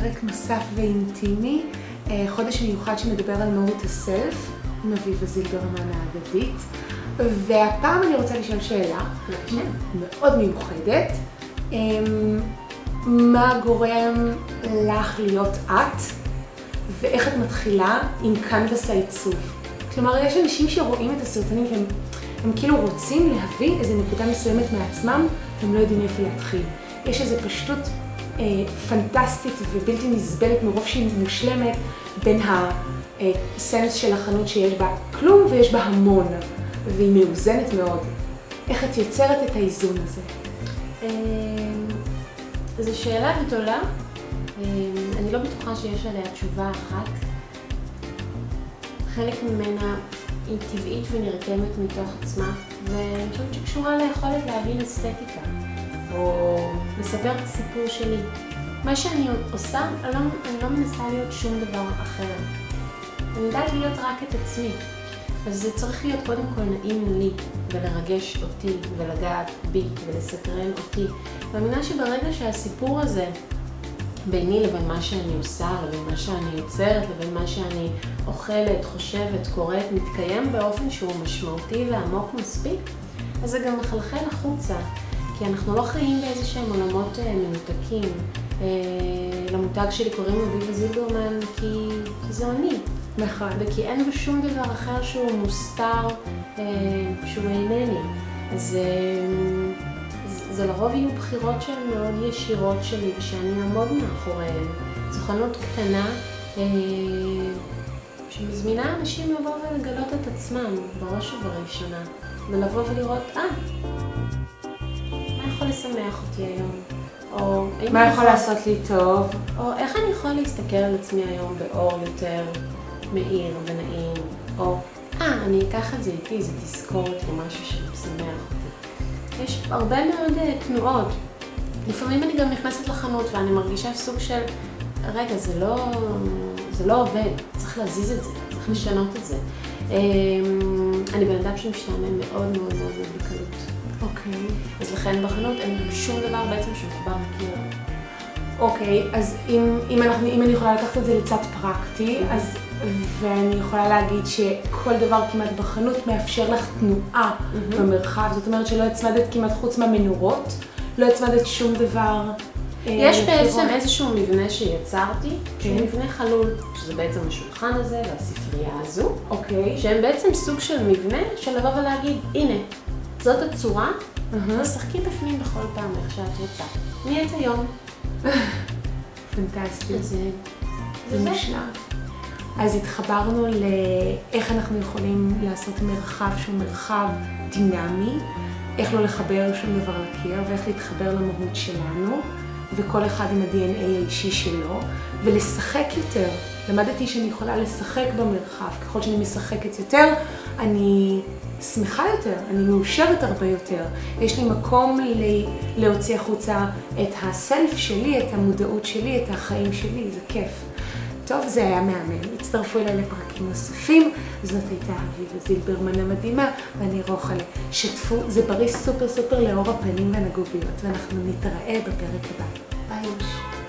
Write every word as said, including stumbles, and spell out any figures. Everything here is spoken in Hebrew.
לפרק נוסף ואינטימי, חודש מיוחד שמדבר על מהות הסלף, עם אביבה זילברמן האגדית. והפעם אני רוצה לשאול שאלה מאוד מיוחדת. מה גורם לך להיות את, ואיך את מתחילה עם קנבס העיצוב? כלומר, יש אנשים שרואים את הסרטונים והם הם כאילו רוצים להביא איזו נקודה מסוימת מעצמם, והם לא יודעים איפה להתחיל. יש איזו פשטות אה, פנטסטית ובלתי נסבלת מרוב שהיא מושלמת בין הסנס של החנות שיש בה כלום ויש בה המון, והיא מאוזנת מאוד. איך את יוצרת את האיזון הזה? זו שאלה גדולה. אני לא בטוחה שיש עליה תשובה אחת. חלק ממנה היא טבעית ונרקמת מתוך עצמה, ואני חושבת שקשורה ליכולת להבין אסתטיקה, או לספר את הסיפור שלי. מה שאני עושה, אני לא, אני לא מנסה להיות שום דבר אחר. אני יודעת להיות רק את עצמי. אז זה צריך להיות קודם כל נעים לי, ולרגש אותי, ולגעת בי, ולסקרן אותי. ואמינה שברגע שהסיפור הזה, ביני לבין מה שאני עושה, לבין מה שאני יוצרת, לבין מה שאני אוכלת, חושבת, קוראת, מתקיים באופן שהוא משמעותי ועמוק מספיק, אז זה גם מחלחל החוצה. כי אנחנו לא חיים באיזה שהם עולמות מנותקים. למותג שלי קוראים אביבה זילברמן כי, כי זה אני. נכון. וכי אין בו שום דבר אחר שהוא מוסתר, שהוא אינני. אז זה לרוב יהיו בחירות שהן מאוד ישירות שלי, ושאני אעמוד מאחוריהן. זו חנות קטנה שמזמינה אנשים לבוא ולגלות את עצמם בראש ובראשונה, ולבוא ולראות, אה, מה יכול לשמח אותי היום? או מה יכול לעשות לי טוב? או איך אני יכול להסתכל על עצמי היום באור יותר מאיר ונעים? או, אה, אני אקח את זה איתי, זה תזכורת למשהו שמשמח אותי. יש הרבה מאוד תנועות. לפעמים אני גם נכנסת לחנות ואני מרגישה סוג של, רגע, זה לא, זה לא עובד, צריך להזיז את זה, צריך לשנות את זה. אני בן אדם שמשתעמם מאוד מאוד מאוד בקלות. אוקיי. אז לכן בחנות אין שום דבר בעצם שמחובר לקיר. אוקיי, אז אם, אם, אנחנו, אם אני יכולה לקחת את זה לצד פרקטי, mm-hmm. אז, ואני יכולה להגיד שכל דבר כמעט בחנות מאפשר לך תנועה mm-hmm. במרחב, זאת אומרת שלא הצמדת כמעט חוץ מהמנורות, לא הצמדת שום דבר. יש אה, בעצם איזשהו מבנה שיצרתי, okay. שהוא מבנה חלול, שזה בעצם השולחן הזה והספרייה הזו, אוקיי. שהם בעצם סוג של מבנה של לבוא ולהגיד, הנה, זאת הצורה, ושחקי בפנים בכל פעם איך שאת רוצה. נהיית היום. פנטסטי. זה מושלם. אז התחברנו לאיך אנחנו יכולים לעשות מרחב שהוא מרחב דינמי, איך לא לחבר שום דבר לקיר, ואיך להתחבר למהות שלנו, וכל אחד עם ה-די אן איי האישי שלו, ולשחק יותר. למדתי שאני יכולה לשחק במרחב. ככל שאני משחקת יותר, אני שמחה יותר, אני מאושרת הרבה יותר. יש לי מקום להוציא החוצה את הסלף שלי, את המודעות שלי, את החיים שלי, זה כיף. טוב, זה היה מהמם. הצטרפו אליי לפרקים נוספים, זאת הייתה אביבה זילברמן המדהימה, ואני רוחלה. שתפו, זה בריא סופר סופר לאור הפנים והנגוביות, ואנחנו נתראה בפרק הבא. ביי.